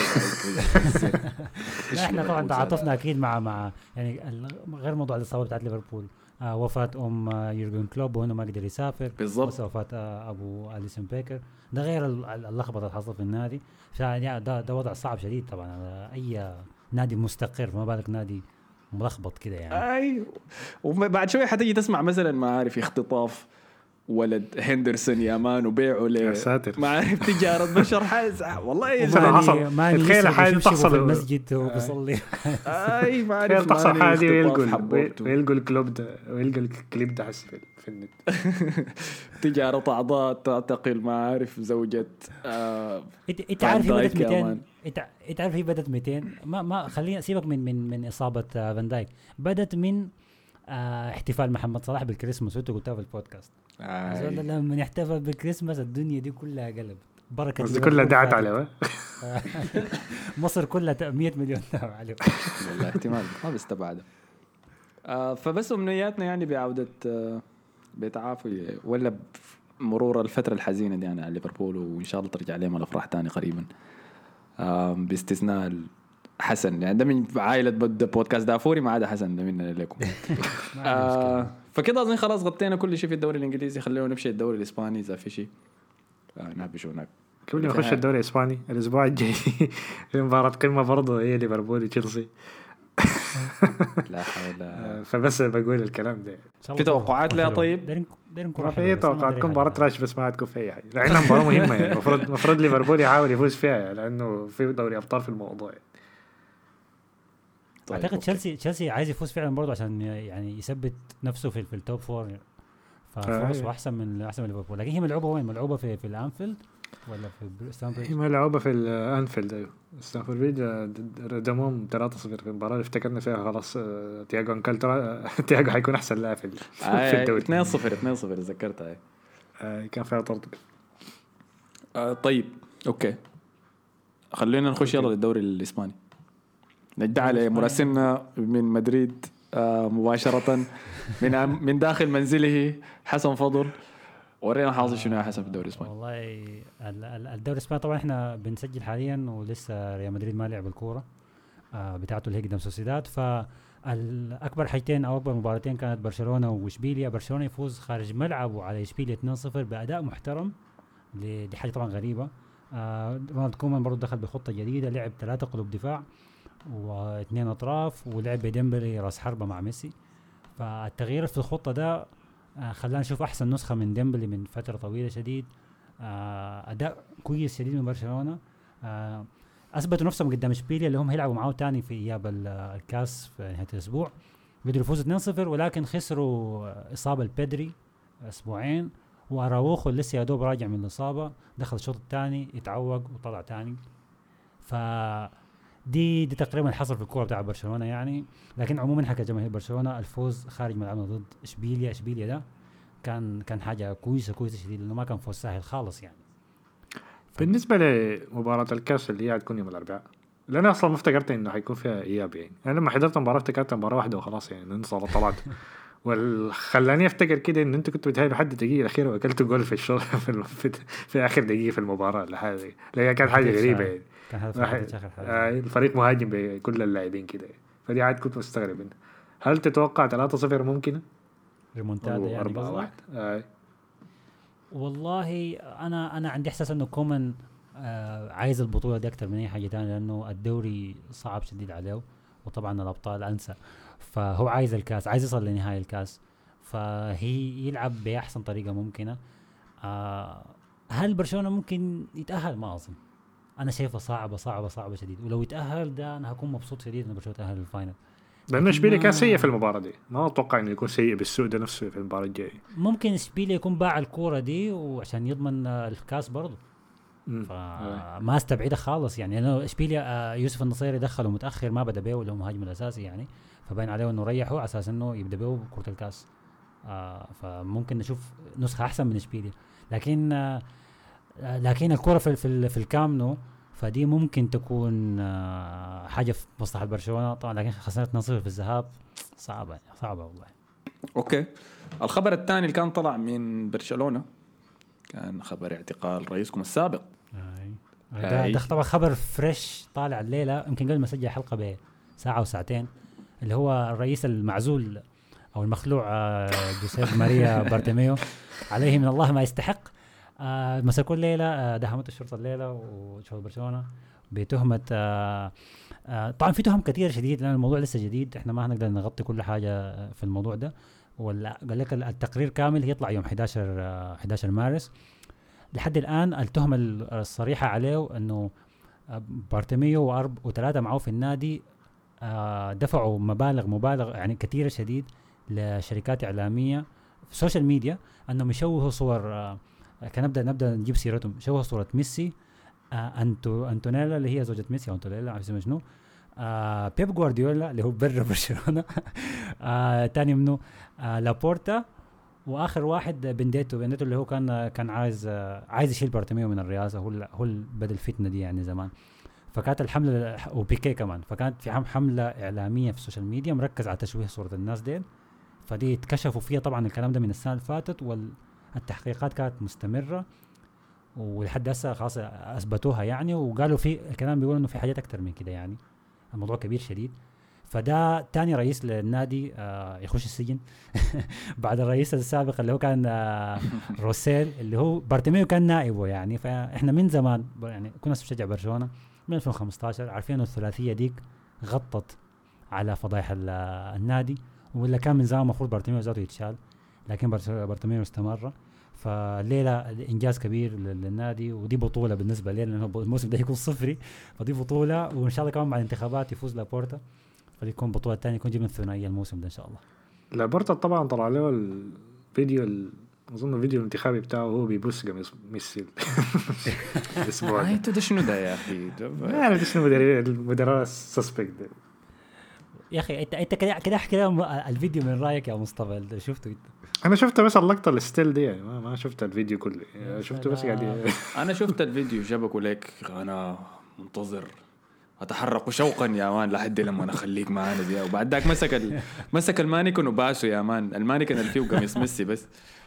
لا احنا طبعا تعاطفنا اكيد مع مع يعني غير موضوع الاصابه بتاعت ليفربول، آه وفاه ام آه يورجن كلوب وهنا ما قدر يسافر بالضبط، وفاه آه ابو اليسون بيكر، ده غير اللخبطه اللي حصلت في النادي. يعني ده ده وضع صعب شديد طبعا على اي نادي مستقر، ما بالك نادي ملخبط كده يعني. اي وبعد شويه حتيجي تسمع مثلا ما عارف اختطاف ولد هندرسون يا مان وبيعه ل ما عارف تجاره بشر حاز والله يا زلمه. تخيل حاجه تحصل في المسجد وبيصلي. اي ما عارف تحصل حاجه ويلقوا ويلقوا الكلوب ده ويلقوا الكليب ده حس في النت. تجاره اعضاء تعتقل ما عارف زوجة. انت عارف هي بدت مئتين، انت انت عارف هي بدت مئتين. ما ما خلينا سيبك من من من اصابه فان دايك، بدت من اه احتفال محمد صلاح بالكريسماس، وانت قلتها في البودكاست. لما نحتفل بالكريسماس الدنيا دي كلها قلبت بركه، كلها دعت عليه. مصر كلها مية مليون دعوا عليه. والله احتمال ما بستبعده. آه فبس امنياتنا يعني بعوده آه بتعافي ولا مرور الفتره الحزينه دي يعني على ليفربول، وان شاء الله ترجع لهم الافراح تاني قريبا. آه باستثناء حسن يعني ده من عائله بودكاست دافوري، ما عدا حسن ده مننا لكم. آه فكده اظن خلاص غطينا كل شيء في الدوري الانجليزي. خلينا نمشي الدوري الاسباني اذا في شيء آه نهبش هناك. قبل ما نخش الدوري الاسباني الاسبوع الجاي في مباراه قمه برضه هي ليفربول وتشيلسي. لا حول. فبس بقول الكلام ده. في توقعات لها؟ طيب ما في توقعات، تكون مباراة راش بس ما تكون في أي حاجة، لأنها مباراة مهمة يعني. المفروض المفروض ليفربول يحاول يفوز فيها يعني، لأنه في دوري أبطال في الموضوع يعني. طيب اعتقد تشيلسي تشيلسي عايز يفوز فعلا برضه عشان يعني يثبت نفسه في في التوب فور، ففرصه احسن من احسن من ليفربول. لكن هي ملعوبه وين؟ ملعوبه في في الانفيلد ولا في ستانفورد؟ هي ملعوبه في الانفيلد. ايوه ستانفورد بريدج ردموهم ثلاثة صفر في المباراه اللي افتكرنا فيها خلاص تياغو انكلترا تياغو حيكون احسن لاعب في الدوري. اثنين صفر اثنين صفر ذكرتها. آه كان فيها طرد. آه طيب اوكي خلينا نخش يلا للدوري الاسباني. ندعي لمراسلنا من مدريد آه مباشرة من من داخل منزله حسن فضل، ورينا حاظي شنو يا حسن في الدوري الاسباني. والله الدوري الاسباني طبعا احنا بنسجل حاليا ولسه ريال مدريد ما لعب الكوره آه بتاعته اللي هي قدام سوسيداد. فالاكبر حاجتين او اكبر مباراتين كانت برشلونه واشبيليا. برشلونه يفوز خارج ملعبه على اشبيليا اثنين صفر باداء محترم، دي حاجه طبعا غريبه. آه رونالد كومان برضه دخل بخطه جديده، لعب ثلاثه قلوب دفاع واثنين اطراف، ولعب بديمبلي راس حربه مع ميسي. فالتغيير في الخطه ده آه خلانا نشوف احسن نسخه من ديمبلي من فتره طويله شديد. آه اداء كويس شديد من برشلونه. آه اثبتوا نفسهم قدام اشبيليا اللي هم هيلعبوا معاه تاني في اياب الكاس في نهايه الاسبوع، قدروا يفوزوا اثنين صفر، ولكن خسروا اصابه البدري اسبوعين، واراوخو لسه يا دوب راجع من الاصابه، دخل الشوط الثاني يتعوق وطلع تاني. ف دي دي تقريبا حصل في الكوره بتاع برشلونه يعني. لكن عموما حكى جماهير برشلونه الفوز خارج ملعبنا ضد اشبيليا اشبيليا ده كان كان حاجه كويسه كويسه شديد، لانه ما كان فوز سهل خالص يعني. بالنسبه لمباراه الكاس اللي هي هتكون يوم الاربعاء، لأن اصلا ما افتكرت انه حيكون فيها اياب يعني. انا لما حضرت المباراه افتكرت مباراه واحده وخلاص يعني، انت طلعت وخلاني افتكر كده ان انت كنت بتهاجم لحد الدقيقه الاخيره واكلت جول في الشوط في, في, في اخر دقيقه في المباراه. لهذه اللي كانت حاجه غريبه يعني. كان هذا آه الفريق مهاجم بكل اللاعبين كده، فدي عاد كنت مستغرب منها. هل تتوقع ثلاثة صفر ممكنه ريمونتادا يعني أربعة واحد؟ آه. والله انا انا عندي احساس انه كومان آه عايز البطوله دي اكتر من اي حاجه ثانيه، لانه الدوري صعب شديد عليه، وطبعا الابطال انسى. فهو عايز الكاس، عايز يصل لنهاية الكاس، فهي يلعب بأحسن طريقة ممكنة. آه هل برشلونة ممكن يتأهل؟ ما أظن. أنا شايفه صعبة صعبة صعبة شديد، ولو يتأهل ده أنا هكون مبسوط شديد إن برشلونة تأهل للفاينل. لأنه إشبيليا كان سيء في المباراة دي، ما أتوقع إنه يكون سيء بالسوء ده نفسه في المباراة الجاية. ممكن إشبيليا يكون باع الكورة دي وعشان يضمن الكاس برضو، فما استبعده خالص يعني. أنا إشبيليا يوسف النصيري دخله متأخر، ما بدأ بيه اللي هو مهاجم الأساسي يعني، فبين عليه انه ريحه على اساس انه يبدا به بكره الكاس. آه فممكن نشوف نسخه احسن من اشبيليا، لكن آه لكن الكره في في, في الكامنو، فدي ممكن تكون آه حاجه في مصلحه برشلونه طبعا. لكن خسرت اثنين صفر في الذهاب صعبه صعبه والله. اوكي. الخبر الثاني اللي كان طلع من برشلونة كان خبر اعتقال رئيسكم السابق. أي. ده, ده طبعا خبر فريش طالع الليلة، يمكن قبل ما سجل حلقة بساعة وساعتين، اللي هو الرئيس المعزول أو المخلوع جوزيف ماريا بارتيميو عليه من الله ما يستحق. آه مسكوا الليلة، آه دهمت الشرطة الليلة وشوف برشلونة بتهمة. آه آه طبعا في تهم كثير شديد لأن الموضوع لسه جديد، احنا ما هنقدر نغطي كل حاجة في الموضوع ده، ولا قال لك التقرير كامل يطلع يوم احد عشر آه احد عشر مارس. لحد الآن التهمة الصريحة عليه أنه بارتيميو وأرب وثلاثة معه في النادي آه دفعوا مبالغ مبالغ يعني كثيرة شديد لشركات إعلامية في السوشيال ميديا أنهم يشوهوا صور. آه كان نبدأ نبدأ نجيب سيرتهم، شوهوا صورة ميسي، آه أنتو أنتونيلا اللي هي زوجة ميسي أو أنتونيلا عارف اسمها شنو، آه بيب غوارديولا اللي هو برا برشلونة، آه تاني منه آه لابورتا، واخر واحد بنديتو بنديتو اللي هو كان كان عايز آه عايز يشيل بارتيميو من الرئاسة، هو هو بدل الفتنة دي يعني زمان. فكانت الحملة وبيكي كمان، فكانت في حملة إعلامية في السوشيال ميديا مركز على تشويه صورة الناس دين، فدي اتكشفوا فيها طبعا الكلام ده من السنة اللي فاتت، والتحقيقات كانت مستمرة ولحد هسه خلاص اثبتوها يعني، وقالوا في الكلام بيقول انه في حاجات اكتر من كده يعني، الموضوع كبير شديد. فده تاني رئيس للنادي آه يخش السجن بعد الرئيس السابق اللي هو كان آه روسيل اللي هو بارتيميو كان نائبه يعني. فاحنا من زمان يعني كنا نشجع برشلونة من ألفين وخمسطعش، عارفين انه الثلاثية ديك غطت على فضائح النادي، ولا كان من زمان المفروض بارتيميو ذاته يتشال، لكن بارتيميو استمر. فالليلة إنجاز كبير للنادي، ودي بطولة بالنسبة لي لأنه الموسم ده يكون صفري، فدي بطولة، وإن شاء الله كمان مع الانتخابات يفوز لابورتا، فدي يكون بطولة تانية يكون جيب من الثنائية الموسم ده إن شاء الله. لابورتا طبعا طلع له الفيديو أظن الفيديو الانتخابي بتاعه هو بيبوس قميص ميسي الأسبوع ده. أنت ده شنو ده يا أخي؟ أنا ده شنو مدير المدراء السسبكت ده يا أخي. أنت أنت كده كده احكي لنا الفيديو من رأيك يا مصطفى، شفته أنت؟ انا شفت بس اللقطه الستيل دي يعني، ما, ما شفت الفيديو كله، شفته بس قاعد. انا شفت الفيديو شبكوا لك، انا منتظر اتحرك شوقا يا مان لحد لما انا اخليك معانا دي، وبعد ذاك مسك ال... مسك المانيكن وباسه يا مان، المانيكن اللي فيه قميص ميسي بس.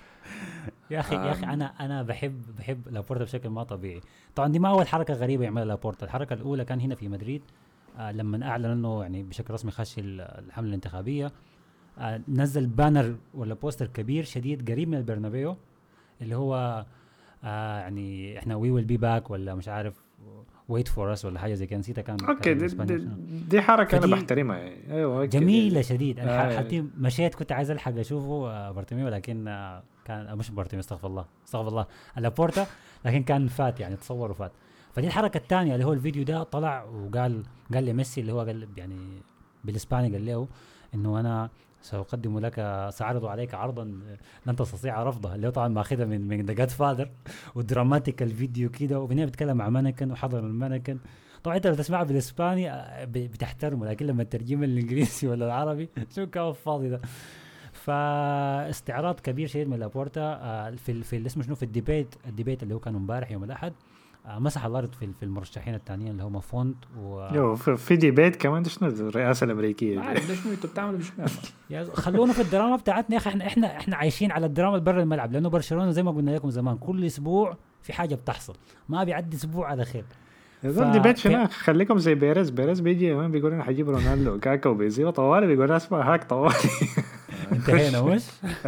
يا اخي يا اخي انا انا بحب بحب لابورتا بشكل ما طبيعي. طبعا دي ما اول حركه غريبه يعملها لابورتا، الحركه الاولى كان هنا في مدريد آه لما اعلن انه يعني بشكل رسمي خش الحمله الانتخابيه، آه نزل بانر ولا بوستر كبير شديد قريب من البرنابيو اللي هو آه يعني احنا وي ويل بي باك ولا مش عارف ويت فور اس ولا حاجه زي كده، نسيتها كان. اوكي دي, دي, دي حركه انا بحترمها يعني. ايوه جميله شديد. انا آه حتى مشيت كنت عايز الحق اشوفه آه بارتيميو، لكن آه كان آه مش بارتيميو استغفر الله استغفر الله لابورتا، لكن كان فات يعني تصور وفات. فدي الحركه الثانيه اللي هو الفيديو ده طلع وقال قال لي ميسي اللي هو قال يعني بالاسباني قال له انه انا سأقدم لك سأعرض عليك عرضا لن تستطيع رفضه، اللي هو طبعا ماخذها من من ذا جاد فاذر، والدراماتيك الفيديو كده، وبنيه بيتكلم مع مانكن وحضر المانكن. طبعا انت لو تسمعها بالاسباني بتحترمه، لكن لما تترجمها للانجليزي ولا العربي شو كان فاضي ده. فاستعراض كبير شديد من لابورتا في في اسمه شنو في الديبيت الديبيت اللي هو كان امبارح يوم الاحد، مسح الارض في في المرشحين الثانيين اللي هم فونت و يو في ديبيت كمان. شنو الرئاسه الامريكيه دي؟ عارف شنو انتوا بتعملوا بشنو يا خلونا في الدراما بتاعتنا يا اخي. احنا احنا احنا عايشين على الدراما برا الملعب، لانه برشلونه زي ما قلنا لكم زمان كل اسبوع في حاجه بتحصل، ما بيعدي اسبوع على خير. ف... ديبيت شنو خليكم زي بيريز بيريز بيجي كمان بيقول انا حجيب رونالدو وكاكا وبيزيو طوالي، بيقول اسمع هاك طوالي انتهينا مش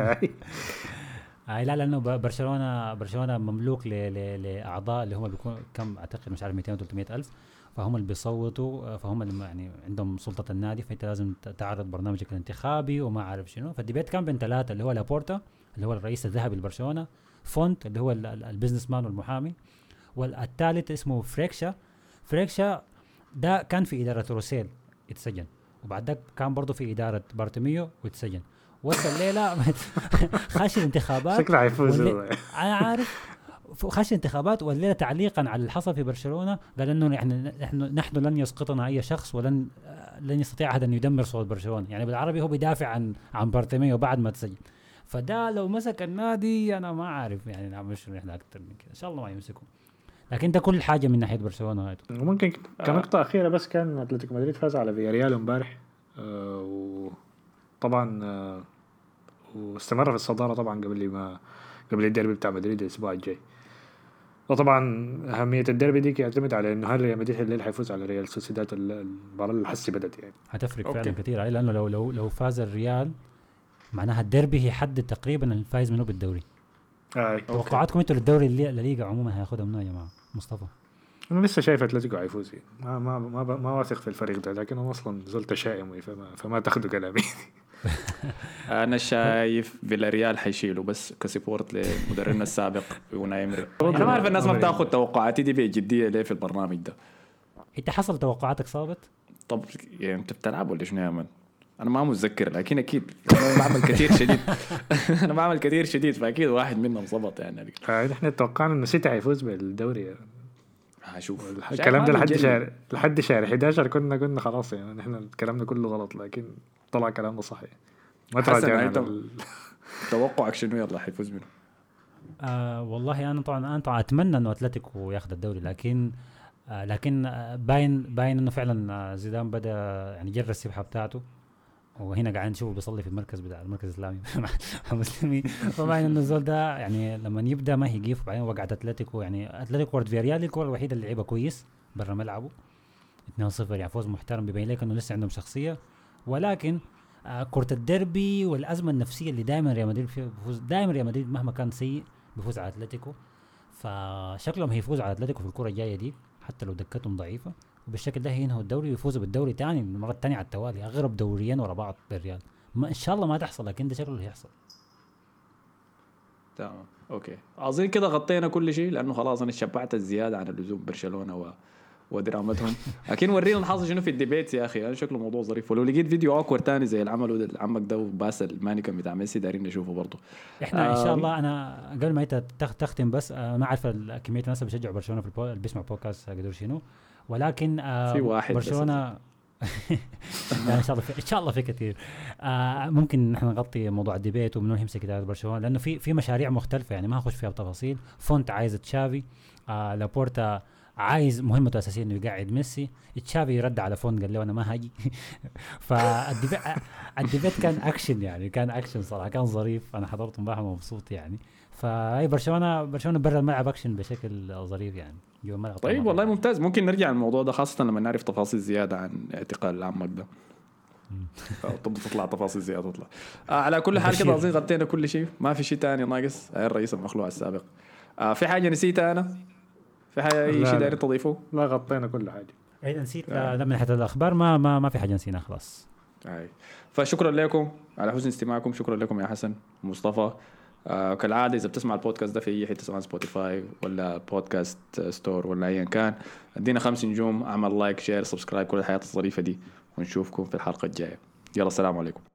آه لا لانه برشلونه برشلونه مملوك ل... ل... لاعضاء اللي هم بيكون كم اعتقد مش عارف مئتين ثلاثمية الف، فهم اللي بيصوتوا، فهم اللي يعني عندهم سلطه النادي، فانت لازم تعرض برنامجك الانتخابي وما عارف شنو. فالديبيت كان بين ثلاثه اللي هو لابورتا اللي هو الرئيس الذهبي لبرشلونه، فونت اللي هو البزنس مان والمحامي، والثالث اسمه فريكشا. فريكشا ده كان في اداره روسيل اتسجن، وبعد ذاك كان برضه في اداره بارتيميو واتسجن. وصل الليله خش الانتخابات شكله حيفوز. انا عارف خش الانتخابات، والليله تعليقا على اللي حصل في برشلونه قال انه نحن نحن نحن لن يسقطنا اي شخص، ولن لن يستطيع احد ان يدمر صوت برشلونه. يعني بالعربي هو بيدافع عن عن بارتيميو بعد ما تسجن. فده لو مسك النادي انا ما عارف يعني نعمل شنو احنا اكثر من كده، ان شاء الله ما يمسكوا. لكن ده كل حاجه من ناحيه برشلونه. وممكن كنقطه اخيره بس، كان اتلتيكو مدريد فاز على فياريال امبارح، آه وطبعا آه واستمر في الصدارة طبعا قبل ما قبل الديربي بتاع مدريد الأسبوع الجاي. وطبعا أهمية الديربي دي يعتمد على إنه هل ريال مدريد الليل حيفوز على ريال سوسيداد المباراة اللي حسي بدت يعني. هتفرق أوكي. فعلا كثير، لانه لو لو لو فاز الريال معناها الديربي يحدد تقريبا الفايز منه بالدوري. آه. توقعاتكم انتوا للدوري اللي الليغا عموما هياخدها منو يا جماعه؟ مصطفى أنا لسه شايف أتلتيكو حيفوز يعني. ما ما ما ما, ما واثق في الفريق ده، لكن أنا أصلا زلت شائم فما فما تاخذوا كلامي. انا شايف فيلاريال حيشيله بس كسبورت لمدربنا السابق وناي إمري. انا ما اعرف الناس ما بتاخذ توقعاتي دي بجديه ليه في البرنامج ده. انت حصل توقعاتك صابت؟ طب يعني انت بتلعب ولا شنو يا مان؟ انا ما متذكر لكن اكيد انا بعمل كثير شديد. انا بعمل كثير شديد فاكيد واحد منهم ظبط يعني. فنحن توقعنا إنه سيتي حيفوز بالدوري. هشوف الكلام ده لحد شهر لحد شهر إحدى عشر كنا قلنا خلاص يعني نحن الكلام ده كله غلط، لكن طلع كلامنا صحيح. ما تراجعنا انت ال... توقعك شنو يلا حيفوز منه؟ آه والله انا طبعا انا طبعا اتمنى انه اتلتيكو ياخذ الدوري، لكن آه لكن آه باين باين انه فعلا آه زيدان بدا يعني جرى السبحه بتاعته، وهنا قاعد نشوفه بيصلي في المركز بتاع المركز الاسلامي مسلمي. فباين انه الزول ده يعني لما يبدا ما هيجيف، وبعدين وقعت اتلتيكو يعني اتلتيكو ورد فياريال الكره الوحيده اللي لعبها كويس برا ملعبه اثنين صفر يعني فوز محترم بيبين لك انه لسه عندهم شخصيه. ولكن آه كره الديربي والازمه النفسيه اللي دائما ريال مدريد بيفوز، دائما ريال مدريد مهما كان سيء بيفوز على اتلتيكو، فشكلهم هيفوز على اتلتيكو في الكره الجايه دي حتى لو دكتهم ضعيفه، وبالشكل ده هينهوا الدوري ويفوزوا بالدوري تاني المره الثانيه على التوالي، اغرب دوريين ورا بعض بالريال. ما ان شاء الله ما تحصل، لكن ده شكله اللي هيحصل. تمام اوكي اظن كده غطينا كل شيء، لانه خلاص انا شبعت الزياده عن اللزوم برشلونه و... ودرامتهم. لكن ورينا الحظ شنو في الديبيت يا اخي، انا شكله موضوع ظريف. ولو لقيت فيديو اوكور تاني زي اللي عمله عمك ده وباس المانيكان بتاع ميسي دارين نشوفه برضه. احنا ان شاء الله انا قبل ما انت تختم بس آه ما اعرف كميه الناس اللي بيشجعوا برشلونه في البو... اللي بيسمعوا بودكاست قدر شنو، ولكن آه في واحد برشلونه يعني ان شاء الله في... ان شاء الله في كثير. آه ممكن نحن نغطي موضوع الديبيت ومنو يمسك اداره برشلونه، لانه في في مشاريع مختلفه يعني ما هخش فيها بتفاصيل. فونت عايز تشافي، آه لابورتا عايز مهمته الاساسيه انه يقعد ميسي، تشافي يرد على فونت قال له انا ما هاجي. فالديبيت الديبيت كان اكشن يعني كان اكشن صراحه، كان ظريف، انا حضرته امبارح مبسوط يعني. فاي برشلونه برشلونه برا الملعب اكشن بشكل ظريف يعني. طيب والله ممتاز، ممكن نرجع للموضوع ده خاصه لما نعرف تفاصيل زياده عن اعتقال عمك ده. طب تطلع تفاصيل زياده تطلع. آه على كل حال كده اظن غطينا كل شيء، ما في شيء تاني ناقص. هاي الرئيس المخلوع السابق. آه في حاجه نسيتها انا؟ في حاجه اي شيء داير تضيفه؟ لا غطينا كل حاجه. اذا نسيت آه. لا من ناحيه الاخبار ما ما ما في حاجه نسيناها خلاص. اي فشكرا لكم على حسن استماعكم، شكرا لكم يا حسن ومصطفى. آه كالعاده اذا بتسمع البودكاست ده في اي حته سواء سبوتيفاي ولا بودكاست ستور ولا ايا كان، ادينا خمس نجوم، اعمل لايك شير سبسكرايب كل الحياه الظريفه دي، ونشوفكم في الحلقه الجايه. يلا السلام عليكم.